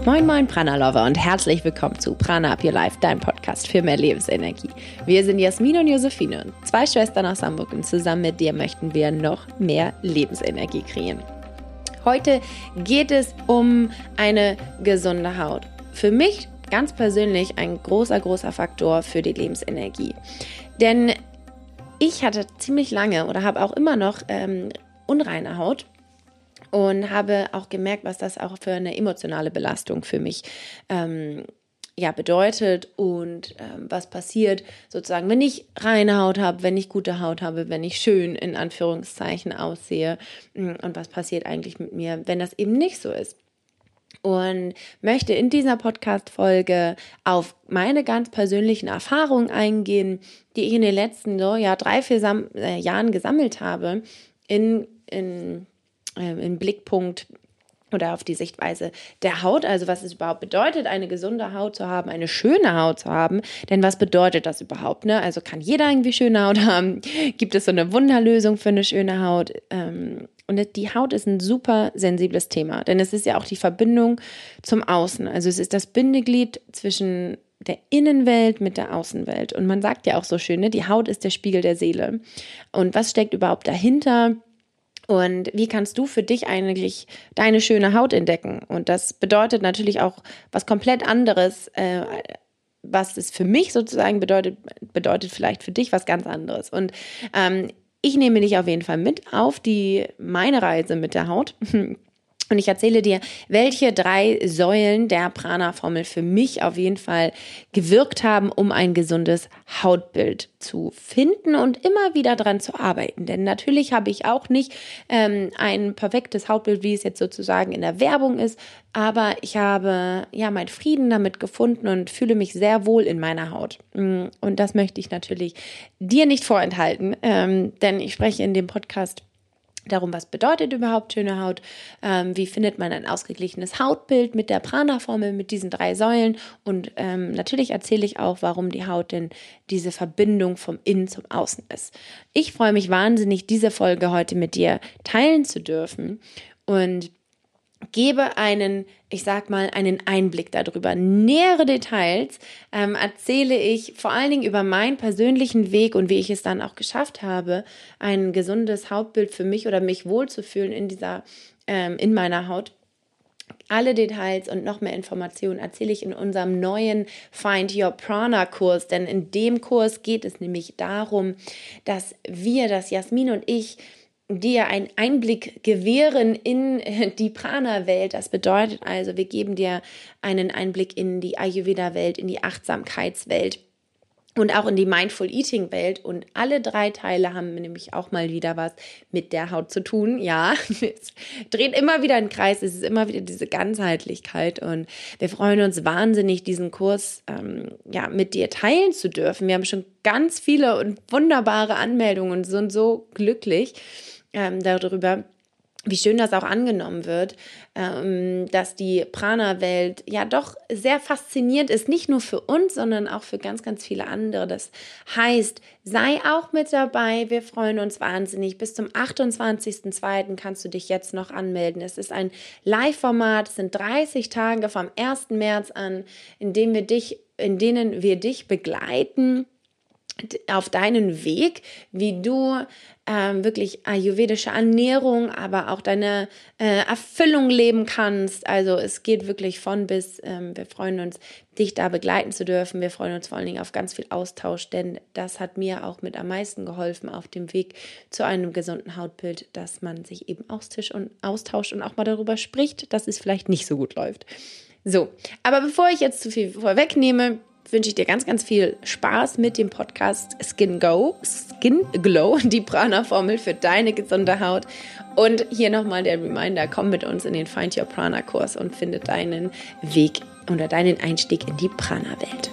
Moin moin Prana Lover und herzlich willkommen zu Prana Up Your Life, dein Podcast für mehr Lebensenergie. Wir sind Jasmin und Josephine, zwei Schwestern aus Hamburg und zusammen mit dir möchten wir noch mehr Lebensenergie kreieren. Heute geht es um eine gesunde Haut. Für mich ganz persönlich ein großer Faktor für die Lebensenergie. Denn ich hatte ziemlich lange oder habe auch immer noch unreine Haut. Und habe auch gemerkt, was das auch für eine emotionale Belastung für mich bedeutet und was passiert sozusagen, wenn ich reine Haut habe, wenn ich gute Haut habe, wenn ich schön in Anführungszeichen aussehe und was passiert eigentlich mit mir, wenn das eben nicht so ist. Und möchte in dieser Podcast-Folge auf meine ganz persönlichen Erfahrungen eingehen, die ich in den letzten 3-4 Jahren gesammelt habe im Blickpunkt oder auf die Sichtweise der Haut, also was es überhaupt bedeutet, eine gesunde Haut zu haben, eine schöne Haut zu haben, denn was bedeutet das überhaupt, ne? Also kann jeder irgendwie schöne Haut haben? Gibt es so eine Wunderlösung für eine schöne Haut? Und die Haut ist ein super sensibles Thema, denn es ist ja auch die Verbindung zum Außen, also es ist das Bindeglied zwischen der Innenwelt mit der Außenwelt und man sagt ja auch so schön, ne? Die Haut ist der Spiegel der Seele und was steckt überhaupt dahinter? Und wie kannst du für dich eigentlich deine schöne Haut entdecken? Und das bedeutet natürlich auch was komplett anderes, was es für mich sozusagen bedeutet vielleicht für dich was ganz anderes. Und ich nehme dich auf jeden Fall mit auf meine Reise mit der Haut. Und ich erzähle dir, welche 3 Säulen der Prana-Formel für mich auf jeden Fall gewirkt haben, um ein gesundes Hautbild zu finden und immer wieder dran zu arbeiten. Denn natürlich habe ich auch nicht ein perfektes Hautbild, wie es jetzt sozusagen in der Werbung ist, aber ich habe meinen Frieden damit gefunden und fühle mich sehr wohl in meiner Haut. Und das möchte ich natürlich dir nicht vorenthalten, denn ich spreche in dem Podcast darum, was bedeutet überhaupt schöne Haut, wie findet man ein ausgeglichenes Hautbild mit der Prana-Formel, mit diesen 3 Säulen und natürlich erzähle ich auch, warum die Haut denn diese Verbindung vom Innen zum Außen ist. Ich freue mich wahnsinnig, diese Folge heute mit dir teilen zu dürfen und gebe einen Einblick darüber. Nähere Details erzähle ich vor allen Dingen über meinen persönlichen Weg und wie ich es dann auch geschafft habe, ein gesundes Hautbild für mich oder mich wohlzufühlen in meiner Haut. Alle Details und noch mehr Informationen erzähle ich in unserem neuen Find Your Prana Kurs, denn in dem Kurs geht es nämlich darum, dass Jasmin und ich, dir einen Einblick gewähren in die Prana-Welt. Das bedeutet also, wir geben dir einen Einblick in die Ayurveda-Welt, in die Achtsamkeitswelt und auch in die Mindful Eating-Welt. Und alle 3 Teile haben nämlich auch mal wieder was mit der Haut zu tun. Ja, es dreht immer wieder einen Kreis. Es ist immer wieder diese Ganzheitlichkeit. Und wir freuen uns wahnsinnig, diesen Kurs mit dir teilen zu dürfen. Wir haben schon ganz viele und wunderbare Anmeldungen und sind so glücklich darüber, wie schön das auch angenommen wird, dass die Prana-Welt ja doch sehr faszinierend ist, nicht nur für uns, sondern auch für ganz, ganz viele andere. Das heißt, sei auch mit dabei, wir freuen uns wahnsinnig. Bis zum 28.02. kannst du dich jetzt noch anmelden. Es ist ein Live-Format, es sind 30 Tage vom 1. März an, in denen wir dich begleiten auf deinen Weg, wie du wirklich ayurvedische Ernährung, aber auch deine Erfüllung leben kannst. Also es geht wirklich von bis. Wir freuen uns, dich da begleiten zu dürfen. Wir freuen uns vor allen Dingen auf ganz viel Austausch, denn das hat mir auch mit am meisten geholfen auf dem Weg zu einem gesunden Hautbild, dass man sich eben austauscht und auch mal darüber spricht, dass es vielleicht nicht so gut läuft. So, aber bevor ich jetzt zu viel vorwegnehme, wünsche ich dir ganz, ganz viel Spaß mit dem Podcast Skin Glow, die Prana-Formel für deine gesunde Haut. Und hier nochmal der Reminder, komm mit uns in den Find Your Prana-Kurs und finde deinen Weg oder deinen Einstieg in die Prana-Welt.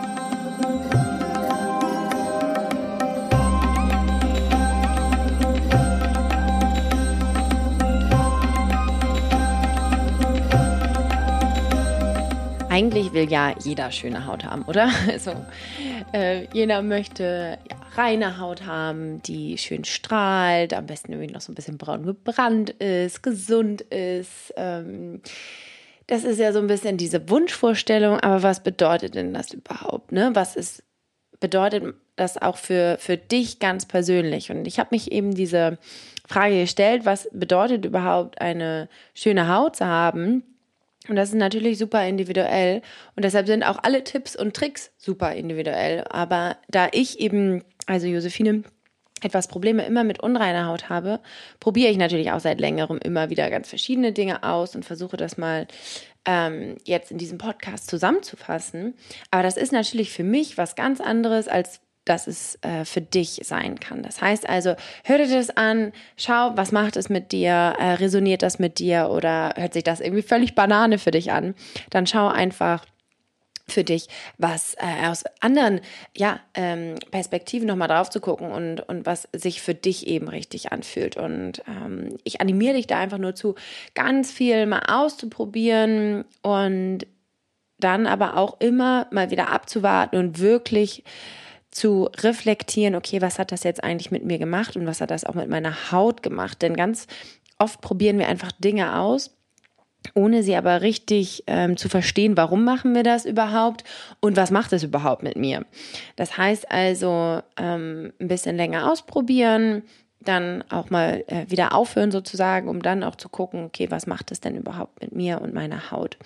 Eigentlich will ja jeder schöne Haut haben, oder? Also jeder möchte reine Haut haben, die schön strahlt, am besten irgendwie noch so ein bisschen braun gebrannt ist, gesund ist, das ist ja so ein bisschen diese Wunschvorstellung, aber was bedeutet denn das überhaupt, ne? Bedeutet das auch für dich ganz persönlich? Und ich habe mich eben diese Frage gestellt, was bedeutet überhaupt eine schöne Haut zu haben? Und das ist natürlich super individuell und deshalb sind auch alle Tipps und Tricks super individuell. Aber da ich eben, also Josephine, etwas Probleme immer mit unreiner Haut habe, probiere ich natürlich auch seit längerem immer wieder ganz verschiedene Dinge aus und versuche das mal jetzt in diesem Podcast zusammenzufassen. Aber das ist natürlich für mich was ganz anderes, als dass es für dich sein kann. Das heißt also, hör dir das an, schau, was macht es mit dir, resoniert das mit dir oder hört sich das irgendwie völlig Banane für dich an? Dann schau einfach für dich, was aus anderen Perspektiven nochmal drauf zu gucken und was sich für dich eben richtig anfühlt. Und ich animiere dich da einfach nur zu, ganz viel mal auszuprobieren und dann aber auch immer mal wieder abzuwarten und wirklich zu reflektieren, okay, was hat das jetzt eigentlich mit mir gemacht und was hat das auch mit meiner Haut gemacht? Denn ganz oft probieren wir einfach Dinge aus, ohne sie aber richtig zu verstehen, warum machen wir das überhaupt und was macht es überhaupt mit mir. Das heißt also, ein bisschen länger ausprobieren, dann auch mal wieder aufhören sozusagen, um dann auch zu gucken, okay, was macht es denn überhaupt mit mir und meiner Haut.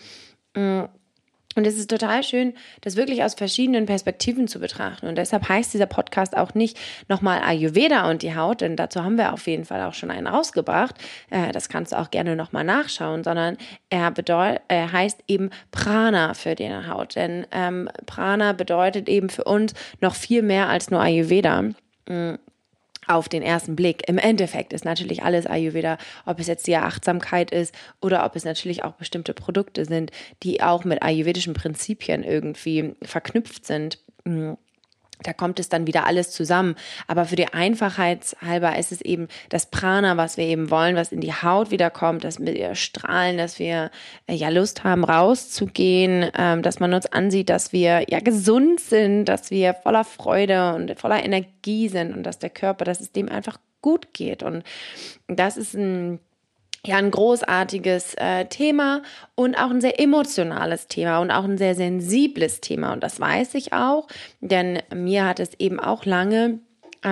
Und es ist total schön, das wirklich aus verschiedenen Perspektiven zu betrachten. Und deshalb heißt dieser Podcast auch nicht nochmal Ayurveda und die Haut, denn dazu haben wir auf jeden Fall auch schon einen rausgebracht. Das kannst du auch gerne nochmal nachschauen, sondern er heißt eben Prana für die Haut. Denn Prana bedeutet eben für uns noch viel mehr als nur Ayurveda. Auf den ersten Blick. Im Endeffekt ist natürlich alles Ayurveda, ob es jetzt die Achtsamkeit ist oder ob es natürlich auch bestimmte Produkte sind, die auch mit ayurvedischen Prinzipien irgendwie verknüpft sind. Da kommt es dann wieder alles zusammen. Aber für die Einfachheit halber ist es eben das Prana, was wir eben wollen, was in die Haut wiederkommt, dass wir strahlen, dass wir Lust haben, rauszugehen, dass man uns ansieht, dass wir gesund sind, dass wir voller Freude und voller Energie sind und dass der Körper, dass es dem einfach gut geht. Und das ist ein großartiges Thema und auch ein sehr emotionales Thema und auch ein sehr sensibles Thema. Und das weiß ich auch, denn mir hat es eben auch lange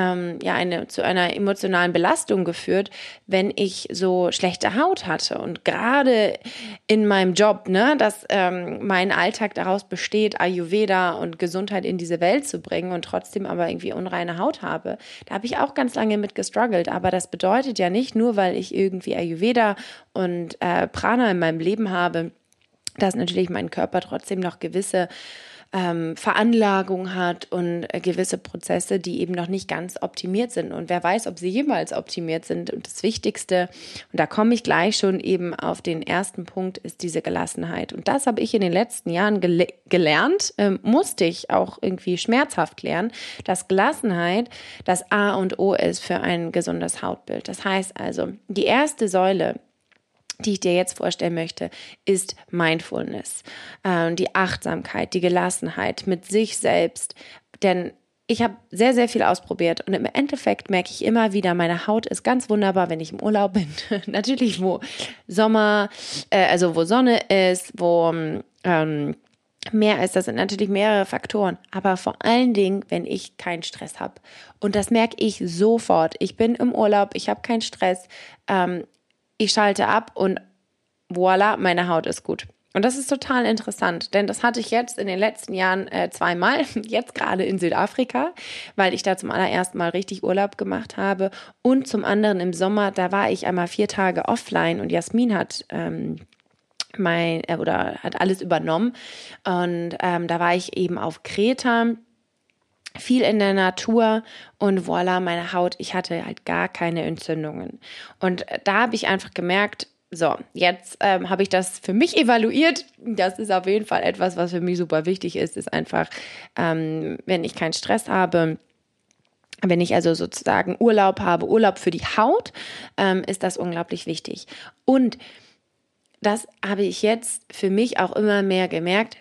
zu einer emotionalen Belastung geführt, wenn ich so schlechte Haut hatte. Und gerade in meinem Job, dass mein Alltag daraus besteht, Ayurveda und Gesundheit in diese Welt zu bringen und trotzdem aber irgendwie unreine Haut habe, da habe ich auch ganz lange mit gestruggelt. Aber das bedeutet ja nicht nur, weil ich irgendwie Ayurveda und Prana in meinem Leben habe, dass natürlich mein Körper trotzdem noch gewisse Veranlagung hat und gewisse Prozesse, die eben noch nicht ganz optimiert sind. Und wer weiß, ob sie jemals optimiert sind. Und das Wichtigste, und da komme ich gleich schon eben auf den ersten Punkt, ist diese Gelassenheit. Und das habe ich in den letzten Jahren gelernt, musste ich auch irgendwie schmerzhaft lernen, dass Gelassenheit das A und O ist für ein gesundes Hautbild. Das heißt also, die erste Säule, die ich dir jetzt vorstellen möchte, ist Mindfulness, die Achtsamkeit, die Gelassenheit mit sich selbst. Denn ich habe sehr, sehr viel ausprobiert und im Endeffekt merke ich immer wieder, meine Haut ist ganz wunderbar, wenn ich im Urlaub bin. Natürlich, wo Sommer, wo Sonne ist, wo Meer ist, das sind natürlich mehrere Faktoren, aber vor allen Dingen, wenn ich keinen Stress habe. Und das merke ich sofort. Ich bin im Urlaub, ich habe keinen Stress, ich schalte ab und voilà, meine Haut ist gut. Und das ist total interessant, denn das hatte ich jetzt in den letzten Jahren zweimal, jetzt gerade in Südafrika, weil ich da zum allerersten Mal richtig Urlaub gemacht habe und zum anderen im Sommer, da war ich einmal 4 Tage offline und Jasmin hat hat alles übernommen und da war ich eben auf Kreta, viel in der Natur und voilà, meine Haut, ich hatte halt gar keine Entzündungen. Und da habe ich einfach gemerkt, so, jetzt habe ich das für mich evaluiert. Das ist auf jeden Fall etwas, was für mich super wichtig ist einfach, wenn ich keinen Stress habe, wenn ich also sozusagen Urlaub habe, Urlaub für die Haut, ist das unglaublich wichtig. Und das habe ich jetzt für mich auch immer mehr gemerkt.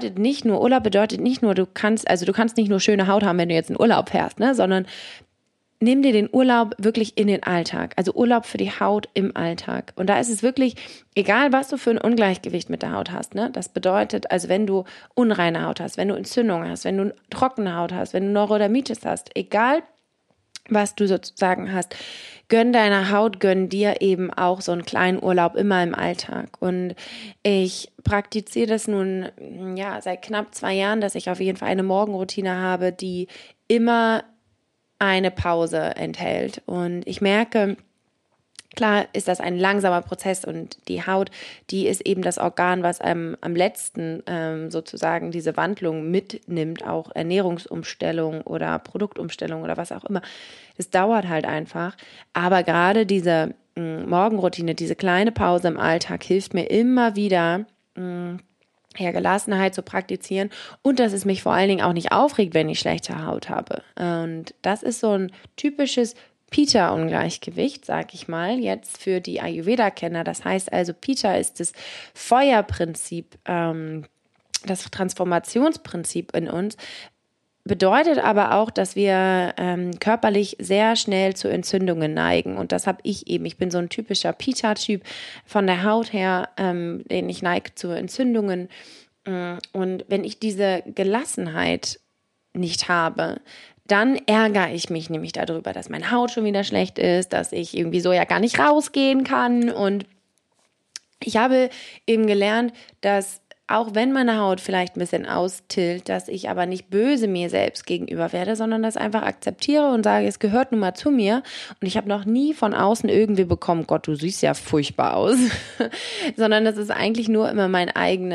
Urlaub bedeutet nicht nur, du kannst nicht nur schöne Haut haben, wenn du jetzt in Urlaub fährst, sondern nimm dir den Urlaub wirklich in den Alltag, also Urlaub für die Haut im Alltag. Und da ist es wirklich, egal was du für ein Ungleichgewicht mit der Haut hast, ne? Das bedeutet, also wenn du unreine Haut hast, wenn du Entzündungen hast, wenn du trockene Haut hast, wenn du Neurodermitis hast, egal was du sozusagen hast, gönn deiner Haut, gönn dir eben auch so einen kleinen Urlaub immer im Alltag. Und ich praktiziere das nun ja seit knapp 2 Jahren, dass ich auf jeden Fall eine Morgenroutine habe, die immer eine Pause enthält. Und ich merke, klar ist das ein langsamer Prozess und die Haut, die ist eben das Organ, was am letzten sozusagen diese Wandlung mitnimmt, auch Ernährungsumstellung oder Produktumstellung oder was auch immer. Das dauert halt einfach. Aber gerade diese Morgenroutine, diese kleine Pause im Alltag hilft mir immer wieder, Gelassenheit zu praktizieren und dass es mich vor allen Dingen auch nicht aufregt, wenn ich schlechte Haut habe. Und das ist so ein typisches Pitta-Ungleichgewicht, sag ich mal, jetzt für die Ayurveda-Kenner. Das heißt also, Pitta ist das Feuerprinzip, das Transformationsprinzip in uns, bedeutet aber auch, dass wir körperlich sehr schnell zu Entzündungen neigen. Und das habe ich eben. Ich bin so ein typischer Pitta-Typ von der Haut her, den ich neige zu Entzündungen. Und wenn ich diese Gelassenheit nicht habe, dann ärgere ich mich nämlich darüber, dass meine Haut schon wieder schlecht ist, dass ich irgendwie so ja gar nicht rausgehen kann. Und ich habe eben gelernt, dass auch wenn meine Haut vielleicht ein bisschen austillt, dass ich aber nicht böse mir selbst gegenüber werde, sondern das einfach akzeptiere und sage, es gehört nun mal zu mir. Und ich habe noch nie von außen irgendwie bekommen, Gott, du siehst ja furchtbar aus, sondern das ist eigentlich nur immer mein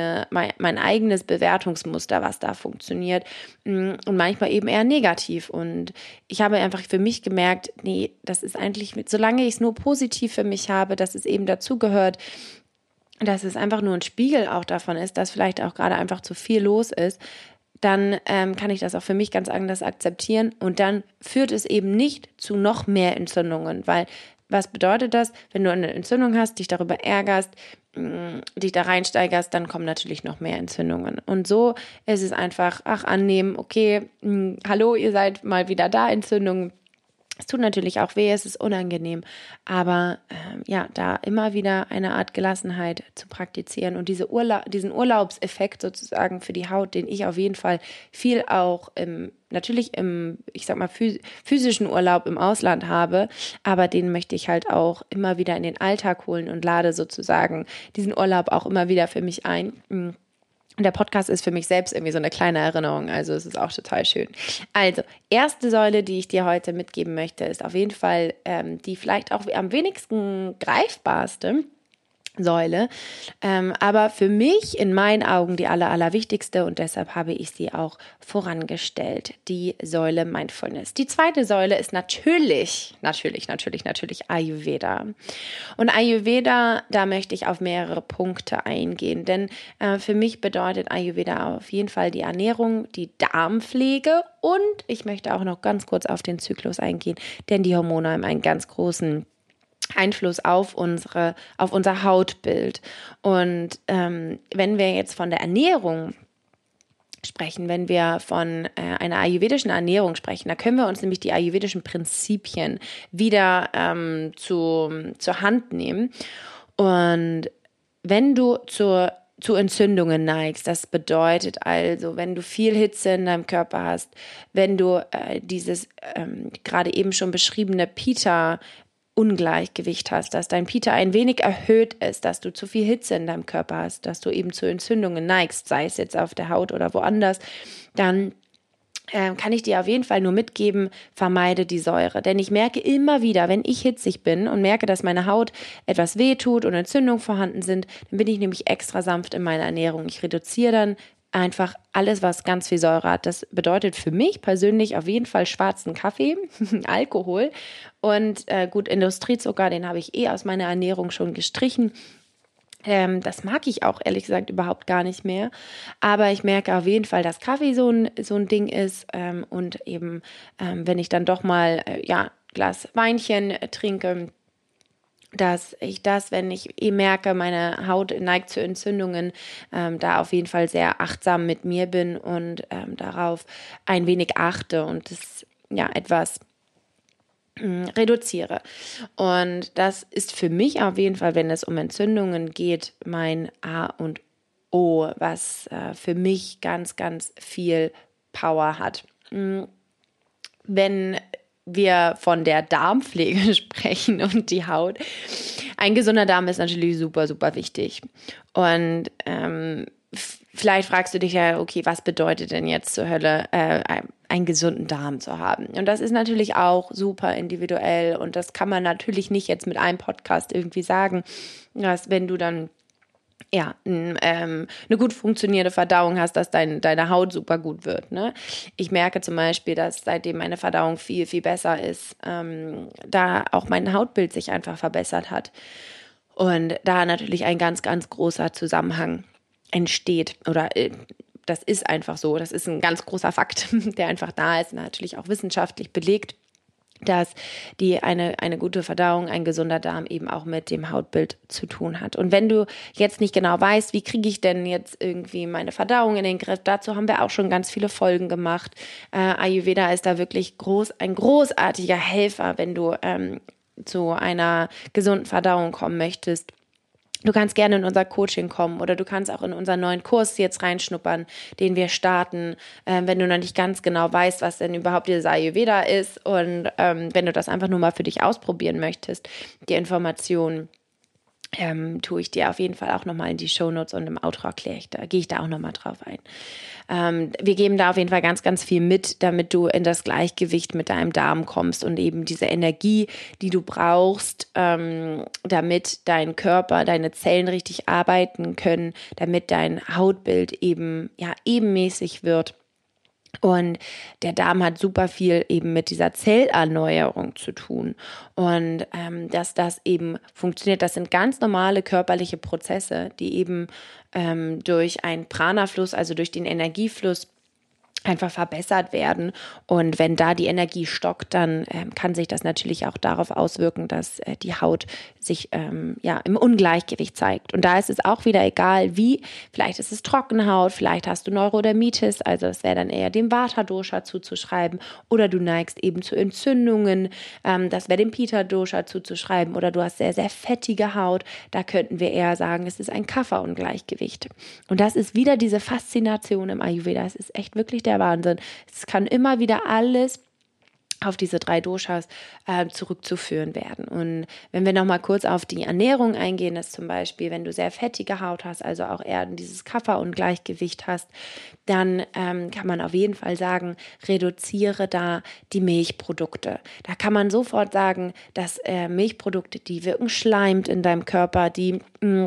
eigenes Bewertungsmuster, was da funktioniert und manchmal eben eher negativ. Und ich habe einfach für mich gemerkt, nee, das ist eigentlich, solange ich es nur positiv für mich habe, dass es eben dazugehört, dass es einfach nur ein Spiegel auch davon ist, dass vielleicht auch gerade einfach zu viel los ist, dann kann ich das auch für mich ganz anders akzeptieren und dann führt es eben nicht zu noch mehr Entzündungen, weil was bedeutet das, wenn du eine Entzündung hast, dich darüber ärgerst, dich da reinsteigerst, dann kommen natürlich noch mehr Entzündungen. Und so ist es einfach, annehmen, okay, hallo, ihr seid mal wieder da, Entzündungen. Es tut natürlich auch weh, es ist unangenehm, aber da immer wieder eine Art Gelassenheit zu praktizieren und diesen Urlaubseffekt sozusagen für die Haut, den ich auf jeden Fall viel auch natürlich im, ich sag mal, physischen Urlaub im Ausland habe, aber den möchte ich halt auch immer wieder in den Alltag holen und lade sozusagen diesen Urlaub auch immer wieder für mich ein. Und der Podcast ist für mich selbst irgendwie so eine kleine Erinnerung, also es ist auch total schön. Also, erste Säule, die ich dir heute mitgeben möchte, ist auf jeden Fall die vielleicht auch am wenigsten greifbarste Säule, aber für mich in meinen Augen die allerwichtigste und deshalb habe ich sie auch vorangestellt, die Säule Mindfulness. Die zweite Säule ist natürlich Ayurveda. Und Ayurveda, da möchte ich auf mehrere Punkte eingehen, denn für mich bedeutet Ayurveda auf jeden Fall die Ernährung, die Darmpflege und ich möchte auch noch ganz kurz auf den Zyklus eingehen, denn die Hormone haben einen ganz großen Einfluss auf unser Hautbild. Und wenn wir jetzt von der Ernährung sprechen, wenn wir von einer ayurvedischen Ernährung sprechen, da können wir uns nämlich die ayurvedischen Prinzipien wieder zur Hand nehmen. Und wenn du zu Entzündungen neigst. Das bedeutet also, wenn du viel Hitze in deinem Körper hast, wenn du dieses gerade eben schon beschriebene Pitta Ungleichgewicht hast, dass dein Pitta ein wenig erhöht ist, dass du zu viel Hitze in deinem Körper hast, dass du eben zu Entzündungen neigst, sei es jetzt auf der Haut oder woanders, dann kann ich dir auf jeden Fall nur mitgeben, vermeide die Säure. Denn ich merke immer wieder, wenn ich hitzig bin und merke, dass meine Haut etwas wehtut und Entzündungen vorhanden sind, dann bin ich nämlich extra sanft in meiner Ernährung. Ich reduziere dann einfach alles, was ganz viel Säure hat. Das bedeutet für mich persönlich auf jeden Fall schwarzen Kaffee, Alkohol und Industriezucker, den habe ich aus meiner Ernährung schon gestrichen. Das mag ich auch ehrlich gesagt überhaupt gar nicht mehr. Aber ich merke auf jeden Fall, dass Kaffee so ein Ding ist und eben, wenn ich dann doch mal Glas Weinchen trinke, dass ich wenn ich merke, meine Haut neigt zu Entzündungen, da auf jeden Fall sehr achtsam mit mir bin und darauf ein wenig achte und das etwas reduziere. Und das ist für mich auf jeden Fall, wenn es um Entzündungen geht, mein A und O, was für mich ganz, ganz viel Power hat. Wenn wir von der Darmpflege sprechen und die Haut, ein gesunder Darm ist natürlich super, super wichtig. Und vielleicht fragst du dich ja, okay, was bedeutet denn jetzt zur Hölle, einen gesunden Darm zu haben? Und das ist natürlich auch super individuell und das kann man natürlich nicht jetzt mit einem Podcast irgendwie sagen, dass wenn du dann eine gut funktionierende Verdauung hast, dass deine Haut super gut wird. Ne? Ich merke zum Beispiel, dass seitdem meine Verdauung viel, viel besser ist, da auch mein Hautbild sich einfach verbessert hat. Und da natürlich ein ganz, ganz großer Zusammenhang entsteht oder das ist einfach so. Das ist ein ganz großer Fakt, der einfach da ist, natürlich auch wissenschaftlich belegt, dass eine gute Verdauung, ein gesunder Darm eben auch mit dem Hautbild zu tun hat. Und wenn du jetzt nicht genau weißt, wie kriege ich denn jetzt irgendwie meine Verdauung in den Griff, dazu haben wir auch schon ganz viele Folgen gemacht. Ayurveda ist da wirklich ein großartiger Helfer, wenn du zu einer gesunden Verdauung kommen möchtest. Du kannst gerne in unser Coaching kommen oder du kannst auch in unseren neuen Kurs jetzt reinschnuppern, den wir starten, wenn du noch nicht ganz genau weißt, was denn überhaupt dieses Ayurveda ist und wenn du das einfach nur mal für dich ausprobieren möchtest, die Informationen tue ich dir auf jeden Fall auch nochmal in die Shownotes und im Outro gehe ich da auch nochmal drauf ein. Wir geben da auf jeden Fall ganz, ganz viel mit, damit du in das Gleichgewicht mit deinem Darm kommst und eben diese Energie, die du brauchst, damit dein Körper, deine Zellen richtig arbeiten können, damit dein Hautbild eben ebenmäßig wird. Und der Darm hat super viel eben mit dieser Zellerneuerung zu tun. Und dass das eben funktioniert, das sind ganz normale körperliche Prozesse, die eben durch einen Prana-Fluss, also durch den Energiefluss, einfach verbessert werden. Und wenn da die Energie stockt, dann kann sich das natürlich auch darauf auswirken, dass die Haut sich im Ungleichgewicht zeigt. Und da ist es auch wieder egal, wie. Vielleicht ist es Trockenhaut, vielleicht hast du Neurodermitis, also das wäre dann eher dem Vata-Dosha zuzuschreiben. Oder du neigst eben zu Entzündungen, das wäre dem Pitta-Dosha zuzuschreiben. Oder du hast sehr, sehr fettige Haut, da könnten wir eher sagen, es ist ein Kapha-Ungleichgewicht. Und das ist wieder diese Faszination im Ayurveda. Es ist echt wirklich der Wahnsinn. Es kann immer wieder alles auf diese 3 Doshas zurückzuführen werden. Und wenn wir nochmal kurz auf die Ernährung eingehen, ist zum Beispiel, wenn du sehr fettige Haut hast, also auch eher dieses Kapha-Ungleichgewicht hast, dann kann man auf jeden Fall sagen, reduziere da die Milchprodukte. Da kann man sofort sagen, dass Milchprodukte, die wirken schleimt in deinem Körper, die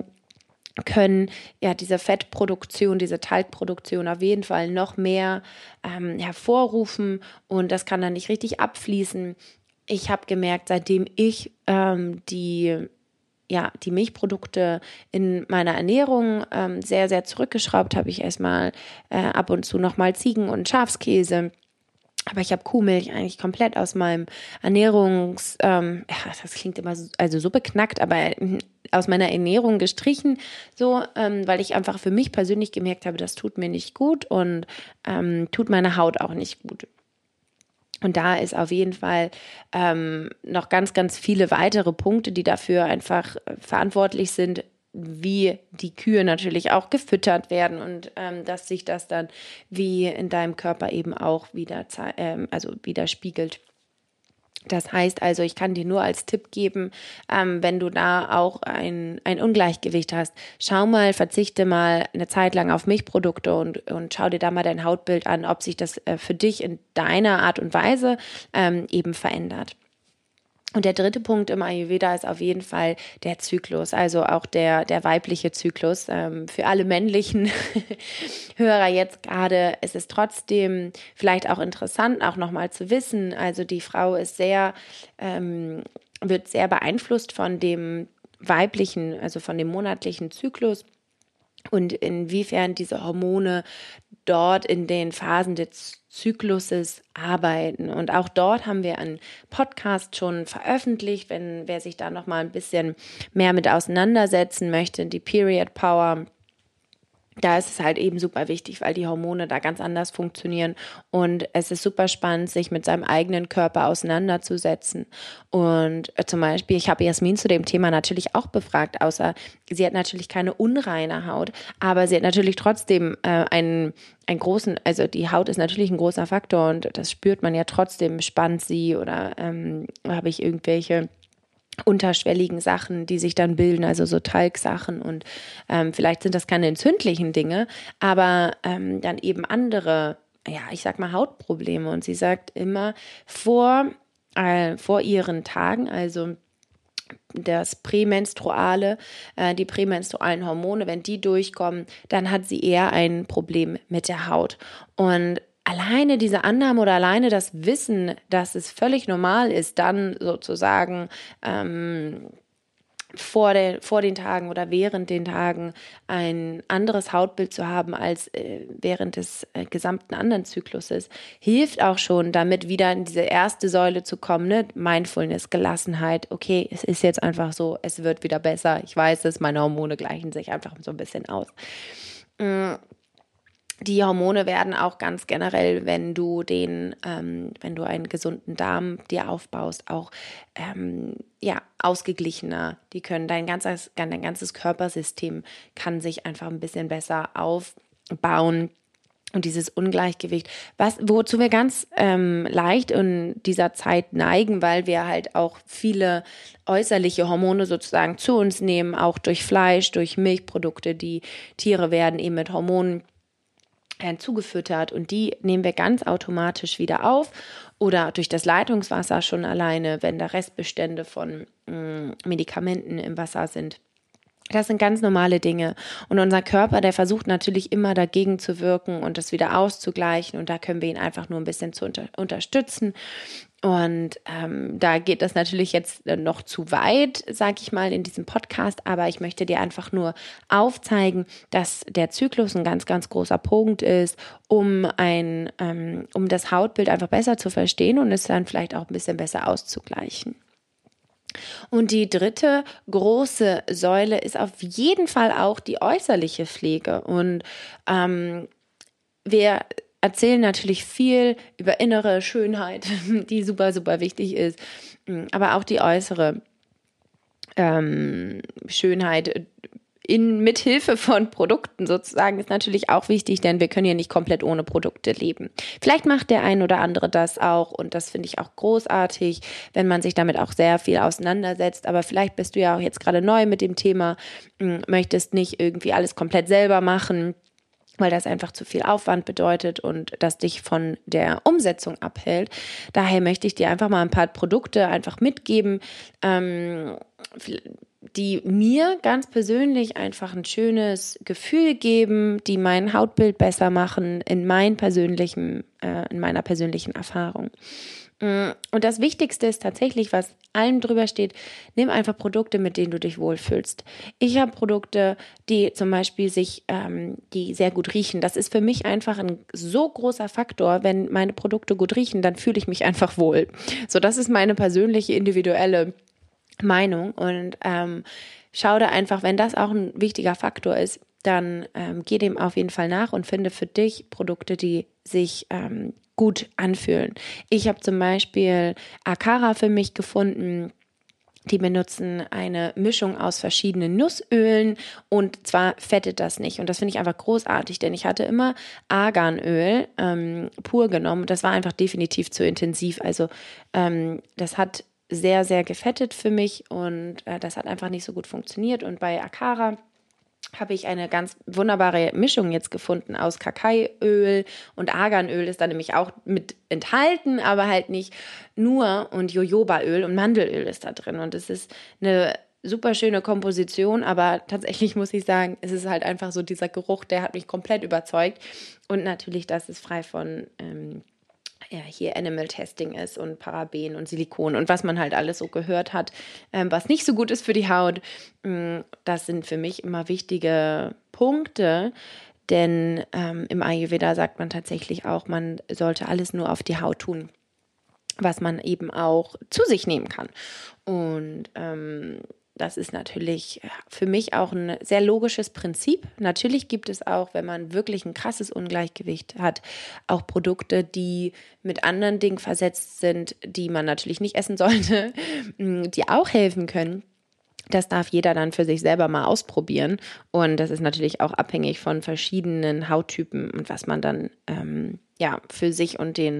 können diese Fettproduktion, diese Talgproduktion auf jeden Fall noch mehr hervorrufen und das kann dann nicht richtig abfließen. Ich habe gemerkt, seitdem ich die Milchprodukte in meiner Ernährung sehr, sehr zurückgeschraubt habe, ich erstmal ab und zu nochmal Ziegen- und Schafskäse. Aber ich habe Kuhmilch eigentlich komplett aus meinem das klingt immer so beknackt, aber aus meiner Ernährung gestrichen, so, weil ich einfach für mich persönlich gemerkt habe, das tut mir nicht gut und tut meiner Haut auch nicht gut. Und da ist auf jeden Fall noch ganz, ganz viele weitere Punkte, die dafür einfach verantwortlich sind, wie die Kühe natürlich auch gefüttert werden und dass sich das dann wie in deinem Körper eben auch widerspiegelt. Das heißt also, ich kann dir nur als Tipp geben, wenn du da auch ein Ungleichgewicht hast, verzichte mal eine Zeit lang auf Milchprodukte und schau dir da mal dein Hautbild an, ob sich das für dich in deiner Art und Weise eben verändert. Und der dritte Punkt im Ayurveda ist auf jeden Fall der Zyklus, also auch der weibliche Zyklus. Für alle männlichen Hörer jetzt gerade ist es trotzdem vielleicht auch interessant, auch nochmal zu wissen, also die Frau ist wird sehr beeinflusst von dem weiblichen, also von dem monatlichen Zyklus. Und inwiefern diese Hormone dort in den Phasen des Zykluses arbeiten. Und auch dort haben wir einen Podcast schon veröffentlicht, wer sich da noch mal ein bisschen mehr mit auseinandersetzen möchte, die Period Power. da ist es halt eben super wichtig, weil die Hormone da ganz anders funktionieren und es ist super spannend, sich mit seinem eigenen Körper auseinanderzusetzen. Und zum Beispiel, ich habe Jasmin zu dem Thema natürlich auch befragt, außer sie hat natürlich keine unreine Haut, aber sie hat natürlich trotzdem einen großen, also die Haut ist natürlich ein großer Faktor und das spürt man ja trotzdem, spannt sie oder habe ich irgendwelche unterschwelligen Sachen, die sich dann bilden, also so Talgsachen und vielleicht sind das keine entzündlichen Dinge, aber dann eben andere, ja, ich sag mal Hautprobleme und sie sagt immer vor ihren Tagen, also das Prämenstruale, die prämenstrualen Hormone, wenn die durchkommen, dann hat sie eher ein Problem mit der Haut. Und alleine diese Annahme oder alleine das Wissen, dass es völlig normal ist, dann sozusagen vor den Tagen oder während den Tagen ein anderes Hautbild zu haben als während des gesamten anderen Zykluses, hilft auch schon, damit wieder in diese erste Säule zu kommen, ne? Mindfulness, Gelassenheit, okay, es ist jetzt einfach so, es wird wieder besser, ich weiß es, meine Hormone gleichen sich einfach so ein bisschen aus. Die Hormone werden auch ganz generell, wenn du einen gesunden Darm dir aufbaust, auch ausgeglichener. Die können dein ganzes Körpersystem kann sich einfach ein bisschen besser aufbauen. Und dieses Ungleichgewicht, wozu wir ganz leicht in dieser Zeit neigen, weil wir halt auch viele äußerliche Hormone sozusagen zu uns nehmen, auch durch Fleisch, durch Milchprodukte. Die Tiere werden eben mit Hormonen zugefüttert und die nehmen wir ganz automatisch wieder auf oder durch das Leitungswasser schon alleine, wenn da Restbestände von Medikamenten im Wasser sind. Das sind ganz normale Dinge und unser Körper, der versucht natürlich immer dagegen zu wirken und das wieder auszugleichen und da können wir ihn einfach nur ein bisschen zu unterstützen. Und da geht das natürlich jetzt noch zu weit, sage ich mal, in diesem Podcast, aber ich möchte dir einfach nur aufzeigen, dass der Zyklus ein ganz, ganz großer Punkt ist, um das Hautbild einfach besser zu verstehen und es dann vielleicht auch ein bisschen besser auszugleichen. Und die dritte große Säule ist auf jeden Fall auch die äußerliche Pflege. Und wir erzählen natürlich viel über innere Schönheit, die super, super wichtig ist, aber auch die äußere Schönheit mit Hilfe von Produkten sozusagen ist natürlich auch wichtig, denn wir können ja nicht komplett ohne Produkte leben. Vielleicht macht der ein oder andere das auch und das finde ich auch großartig, wenn man sich damit auch sehr viel auseinandersetzt, aber vielleicht bist du ja auch jetzt gerade neu mit dem Thema, möchtest nicht irgendwie alles komplett selber machen, weil das einfach zu viel Aufwand bedeutet und das dich von der Umsetzung abhält. Daher möchte ich dir einfach mal ein paar Produkte einfach mitgeben, die mir ganz persönlich einfach ein schönes Gefühl geben, die mein Hautbild besser machen in meiner persönlichen Erfahrung. Und das Wichtigste ist tatsächlich, was allem drüber steht, nimm einfach Produkte, mit denen du dich wohlfühlst. Ich habe Produkte, die zum Beispiel die sehr gut riechen. Das ist für mich einfach ein so großer Faktor. Wenn meine Produkte gut riechen, dann fühle ich mich einfach wohl. So, das ist meine persönliche, individuelle Meinung und schau da einfach, wenn das auch ein wichtiger Faktor ist, dann geh dem auf jeden Fall nach und finde für dich Produkte, die sich gut anfühlen. Ich habe zum Beispiel Akara für mich gefunden. Die benutzen eine Mischung aus verschiedenen Nussölen und zwar fettet das nicht. Und das finde ich einfach großartig, denn ich hatte immer Arganöl pur genommen. Das war einfach definitiv zu intensiv. Also das hat sehr, sehr gefettet für mich und das hat einfach nicht so gut funktioniert. Und bei Akara habe ich eine ganz wunderbare Mischung jetzt gefunden aus Kakaoöl und Arganöl ist da nämlich auch mit enthalten, aber halt nicht nur und Jojobaöl und Mandelöl ist da drin und es ist eine super schöne Komposition, aber tatsächlich muss ich sagen, es ist halt einfach so dieser Geruch, der hat mich komplett überzeugt und natürlich, das ist frei von hier Animal Testing ist und Paraben und Silikon und was man halt alles so gehört hat, was nicht so gut ist für die Haut. Das sind für mich immer wichtige Punkte, denn im Ayurveda sagt man tatsächlich auch, man sollte alles nur auf die Haut tun, was man eben auch zu sich nehmen kann. Und das ist natürlich für mich auch ein sehr logisches Prinzip. Natürlich gibt es auch, wenn man wirklich ein krasses Ungleichgewicht hat, auch Produkte, die mit anderen Dingen versetzt sind, die man natürlich nicht essen sollte, die auch helfen können. Das darf jeder dann für sich selber mal ausprobieren. Und das ist natürlich auch abhängig von verschiedenen Hauttypen und was man dann für sich und den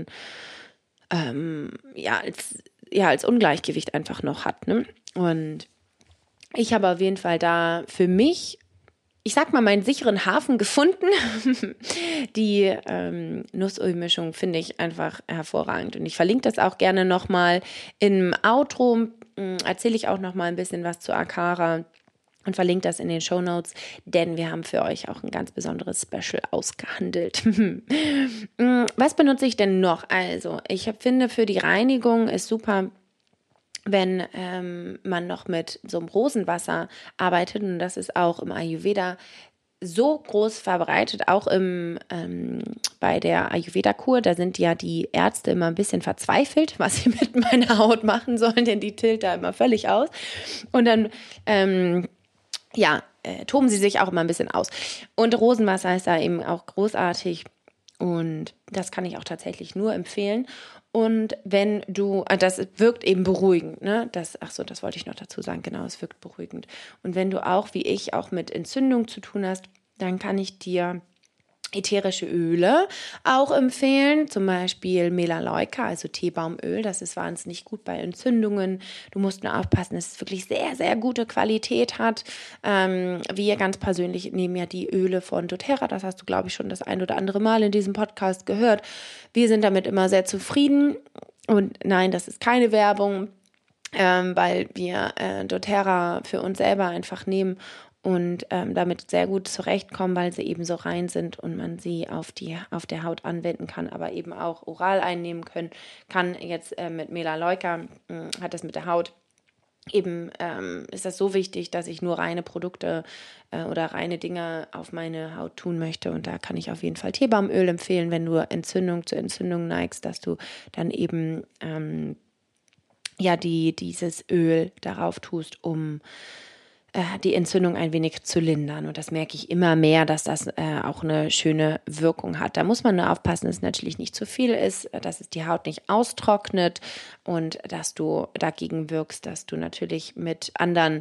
als Ungleichgewicht einfach noch hat. Ne? Und ich habe auf jeden Fall da für mich, ich sag mal, meinen sicheren Hafen gefunden. Die Nussölmischung finde ich einfach hervorragend. Und ich verlinke das auch gerne nochmal im Outro. Erzähle ich auch nochmal ein bisschen was zu Akara und verlinke das in den Shownotes, denn wir haben für euch auch ein ganz besonderes Special ausgehandelt. Was benutze ich denn noch? Also, ich finde, für die Reinigung ist super, wenn man noch mit so einem Rosenwasser arbeitet, und das ist auch im Ayurveda so groß verbreitet, auch bei der Ayurveda-Kur, da sind ja die Ärzte immer ein bisschen verzweifelt, was sie mit meiner Haut machen sollen, denn die tilt da immer völlig aus. Und dann toben sie sich auch immer ein bisschen aus. Und Rosenwasser ist da eben auch großartig und das kann ich auch tatsächlich nur empfehlen. Und wenn du, das wirkt eben beruhigend, ne? Das wollte ich noch dazu sagen, genau, es wirkt beruhigend. Und wenn du auch, wie ich, auch mit Entzündung zu tun hast, dann kann ich dir ätherische Öle auch empfehlen, zum Beispiel Melaleuca, also Teebaumöl, das ist wahnsinnig gut bei Entzündungen. Du musst nur aufpassen, dass es wirklich sehr, sehr gute Qualität hat. Wir ganz persönlich nehmen ja die Öle von doTERRA, das hast du, glaube ich, schon das ein oder andere Mal in diesem Podcast gehört. Wir sind damit immer sehr zufrieden und nein, das ist keine Werbung, weil wir doTERRA für uns selber einfach nehmen und damit sehr gut zurechtkommen, weil sie eben so rein sind und man sie auf der Haut anwenden kann, aber eben auch oral einnehmen kann. Jetzt mit Melaleuca hat das mit der Haut eben, ist das so wichtig, dass ich nur reine Produkte oder reine Dinge auf meine Haut tun möchte, und da kann ich auf jeden Fall Teebaumöl empfehlen, wenn du zu Entzündung neigst, dass du dann eben dieses Öl darauf tust, um die Entzündung ein wenig zu lindern. Und das merke ich immer mehr, dass das auch eine schöne Wirkung hat. Da muss man nur aufpassen, dass es natürlich nicht zu viel ist, dass es die Haut nicht austrocknet und dass du dagegen wirkst, dass du natürlich mit anderen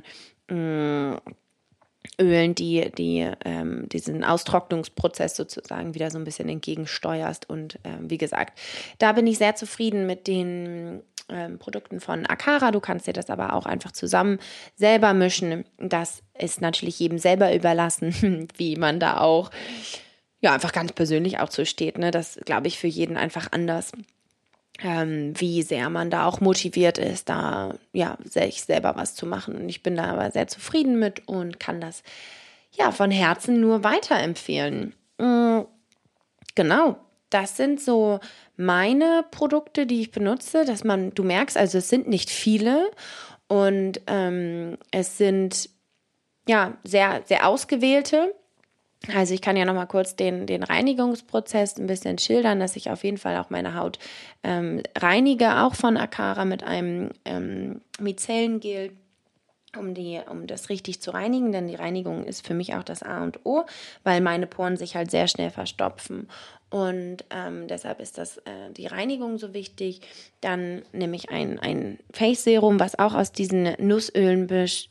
Ölen, die diesen Austrocknungsprozess sozusagen wieder so ein bisschen entgegensteuerst. Und wie gesagt, da bin ich sehr zufrieden mit den Produkten von Akara. Du kannst dir das aber auch einfach zusammen selber mischen. Das ist natürlich jedem selber überlassen, wie man da auch einfach ganz persönlich auch so steht. Ne? Das glaube ich für jeden einfach anders. Wie sehr man da auch motiviert ist, da sich selber was zu machen. Und ich bin da aber sehr zufrieden mit und kann das von Herzen nur weiterempfehlen. Genau, das sind so meine Produkte, die ich benutze, du merkst, also es sind nicht viele und es sind sehr, sehr ausgewählte. Also ich kann ja noch mal kurz den Reinigungsprozess ein bisschen schildern, dass ich auf jeden Fall auch meine Haut reinige, auch von Akara mit einem Micellengel, um das richtig zu reinigen, denn die Reinigung ist für mich auch das A und O, weil meine Poren sich halt sehr schnell verstopfen und deshalb ist die Reinigung so wichtig. Dann nehme ich ein Face Serum, was auch aus diesen Nussölen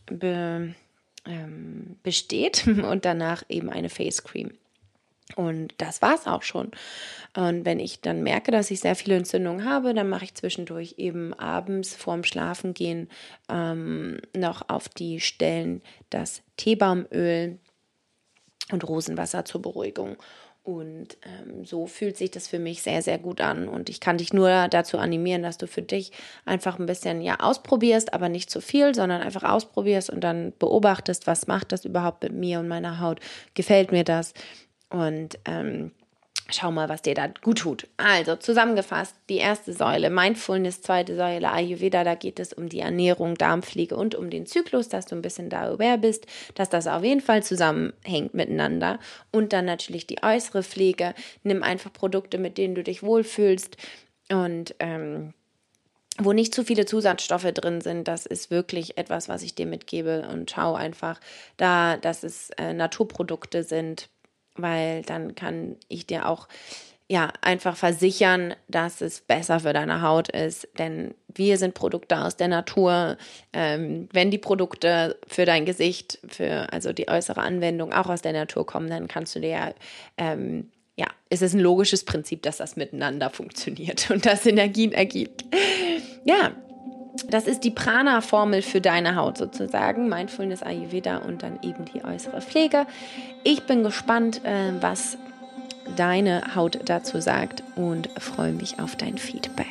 besteht und danach eben eine Face Cream. Und das war's auch schon. Und wenn ich dann merke, dass ich sehr viele Entzündungen habe, dann mache ich zwischendurch eben abends vorm Schlafengehen noch auf die Stellen das Teebaumöl und Rosenwasser zur Beruhigung. Und so fühlt sich das für mich sehr, sehr gut an. Und ich kann dich nur dazu animieren, dass du für dich einfach ein bisschen ausprobierst, aber nicht zu viel, sondern einfach ausprobierst und dann beobachtest, was macht das überhaupt mit mir und meiner Haut? Gefällt mir das? Und schau mal, was dir da gut tut. Also zusammengefasst, die erste Säule Mindfulness, zweite Säule Ayurveda, da geht es um die Ernährung, Darmpflege und um den Zyklus, dass du ein bisschen da aware bist, dass das auf jeden Fall zusammenhängt miteinander. Und dann natürlich die äußere Pflege. Nimm einfach Produkte, mit denen du dich wohlfühlst und wo nicht zu viele Zusatzstoffe drin sind. Das ist wirklich etwas, was ich dir mitgebe, und schau einfach da, dass es Naturprodukte sind, weil dann kann ich dir auch einfach versichern, dass es besser für deine Haut ist, denn wir sind Produkte aus der Natur. Wenn die Produkte für dein Gesicht, also die äußere Anwendung auch aus der Natur kommen, dann kannst du dir ist es ein logisches Prinzip, dass das miteinander funktioniert und das Synergien ergibt. Ja, das ist die Prana-Formel für deine Haut sozusagen. Mindfulness, Ayurveda und dann eben die äußere Pflege. Ich bin gespannt, was deine Haut dazu sagt und freue mich auf dein Feedback.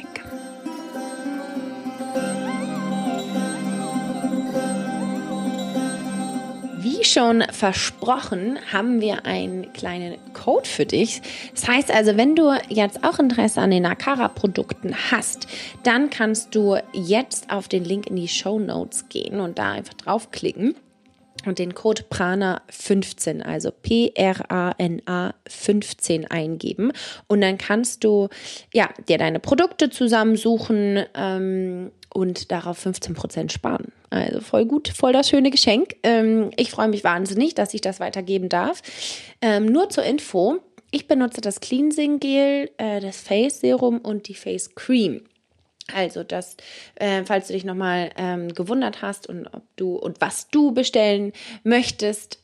Wie schon versprochen, haben wir einen kleinen Code für dich. Das heißt also, wenn du jetzt auch Interesse an den Akara-Produkten hast, dann kannst du jetzt auf den Link in die Shownotes gehen und da einfach draufklicken und den Code PRANA15, also PRANA 15 eingeben. Und dann kannst du dir deine Produkte zusammensuchen und darauf 15% sparen. Also voll gut, voll das schöne Geschenk. Ich freue mich wahnsinnig, dass ich das weitergeben darf. Nur zur Info, ich benutze das Cleansing Gel, das Face Serum und die Face Cream. Also das, falls du dich nochmal gewundert hast und was du bestellen möchtest,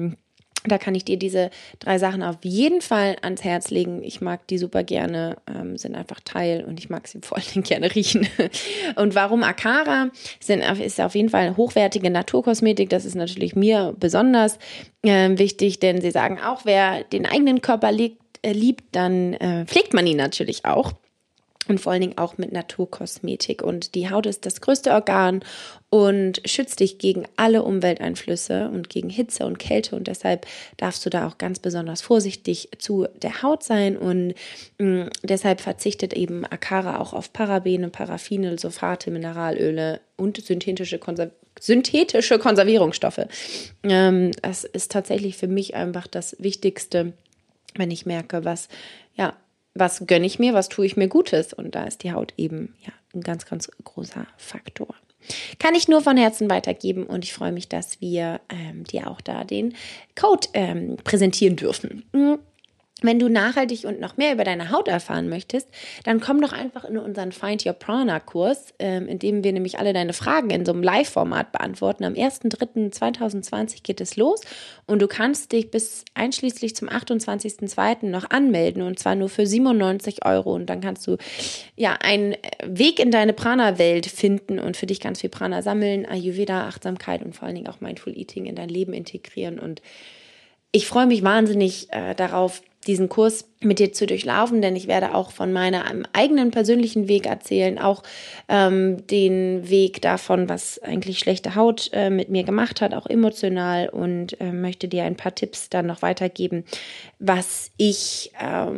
da kann ich dir diese 3 Sachen auf jeden Fall ans Herz legen. Ich mag die super gerne, sind einfach Teil und ich mag sie vor allem gerne riechen. Und warum Akara? Ist auf jeden Fall hochwertige Naturkosmetik. Das ist natürlich mir besonders wichtig, denn sie sagen auch, wer den eigenen Körper liebt, dann pflegt man ihn natürlich auch. Und vor allen Dingen auch mit Naturkosmetik. Und die Haut ist das größte Organ und schützt dich gegen alle Umwelteinflüsse und gegen Hitze und Kälte. Und deshalb darfst du da auch ganz besonders vorsichtig zu der Haut sein. Und deshalb verzichtet eben Akara auch auf Parabene, Paraffine, Sulfate, Mineralöle und synthetische Konservierungsstoffe. Das ist tatsächlich für mich einfach das Wichtigste, wenn ich merke, was gönne ich mir, was tue ich mir Gutes? Und da ist die Haut eben ein ganz, ganz großer Faktor. Kann ich nur von Herzen weitergeben und ich freue mich, dass wir dir auch da den Code präsentieren dürfen. Wenn du nachhaltig und noch mehr über deine Haut erfahren möchtest, dann komm doch einfach in unseren Find Your Prana-Kurs, in dem wir nämlich alle deine Fragen in so einem Live-Format beantworten. Am 1.3.2020 geht es los und du kannst dich bis einschließlich zum 28.2. noch anmelden und zwar nur für 97 € und dann kannst du einen Weg in deine Prana-Welt finden und für dich ganz viel Prana sammeln, Ayurveda, Achtsamkeit und vor allen Dingen auch Mindful Eating in dein Leben integrieren und ich freue mich wahnsinnig darauf, diesen Kurs mit dir zu durchlaufen, denn ich werde auch von meinem eigenen persönlichen Weg erzählen, auch den Weg davon, was eigentlich schlechte Haut mit mir gemacht hat, auch emotional und möchte dir ein paar Tipps dann noch weitergeben, was ich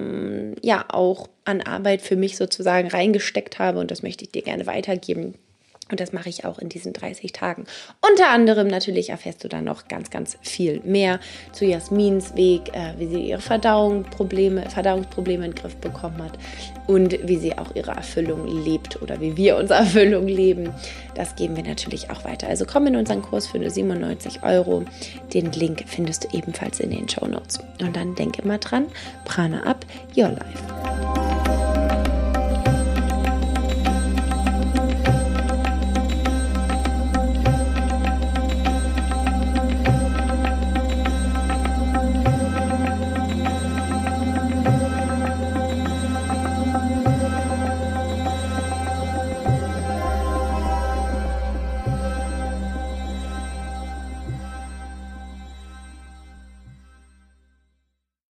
auch an Arbeit für mich sozusagen reingesteckt habe und das möchte ich dir gerne weitergeben. Und das mache ich auch in diesen 30 Tagen. Unter anderem natürlich erfährst du dann noch ganz, ganz viel mehr zu Jasmins Weg, wie sie ihre Verdauungsprobleme in den Griff bekommen hat und wie sie auch ihre Erfüllung lebt oder wie wir unsere Erfüllung leben. Das geben wir natürlich auch weiter. Also komm in unseren Kurs für nur 97 €. Den Link findest du ebenfalls in den Shownotes. Und dann denk immer dran, Prana up, your life.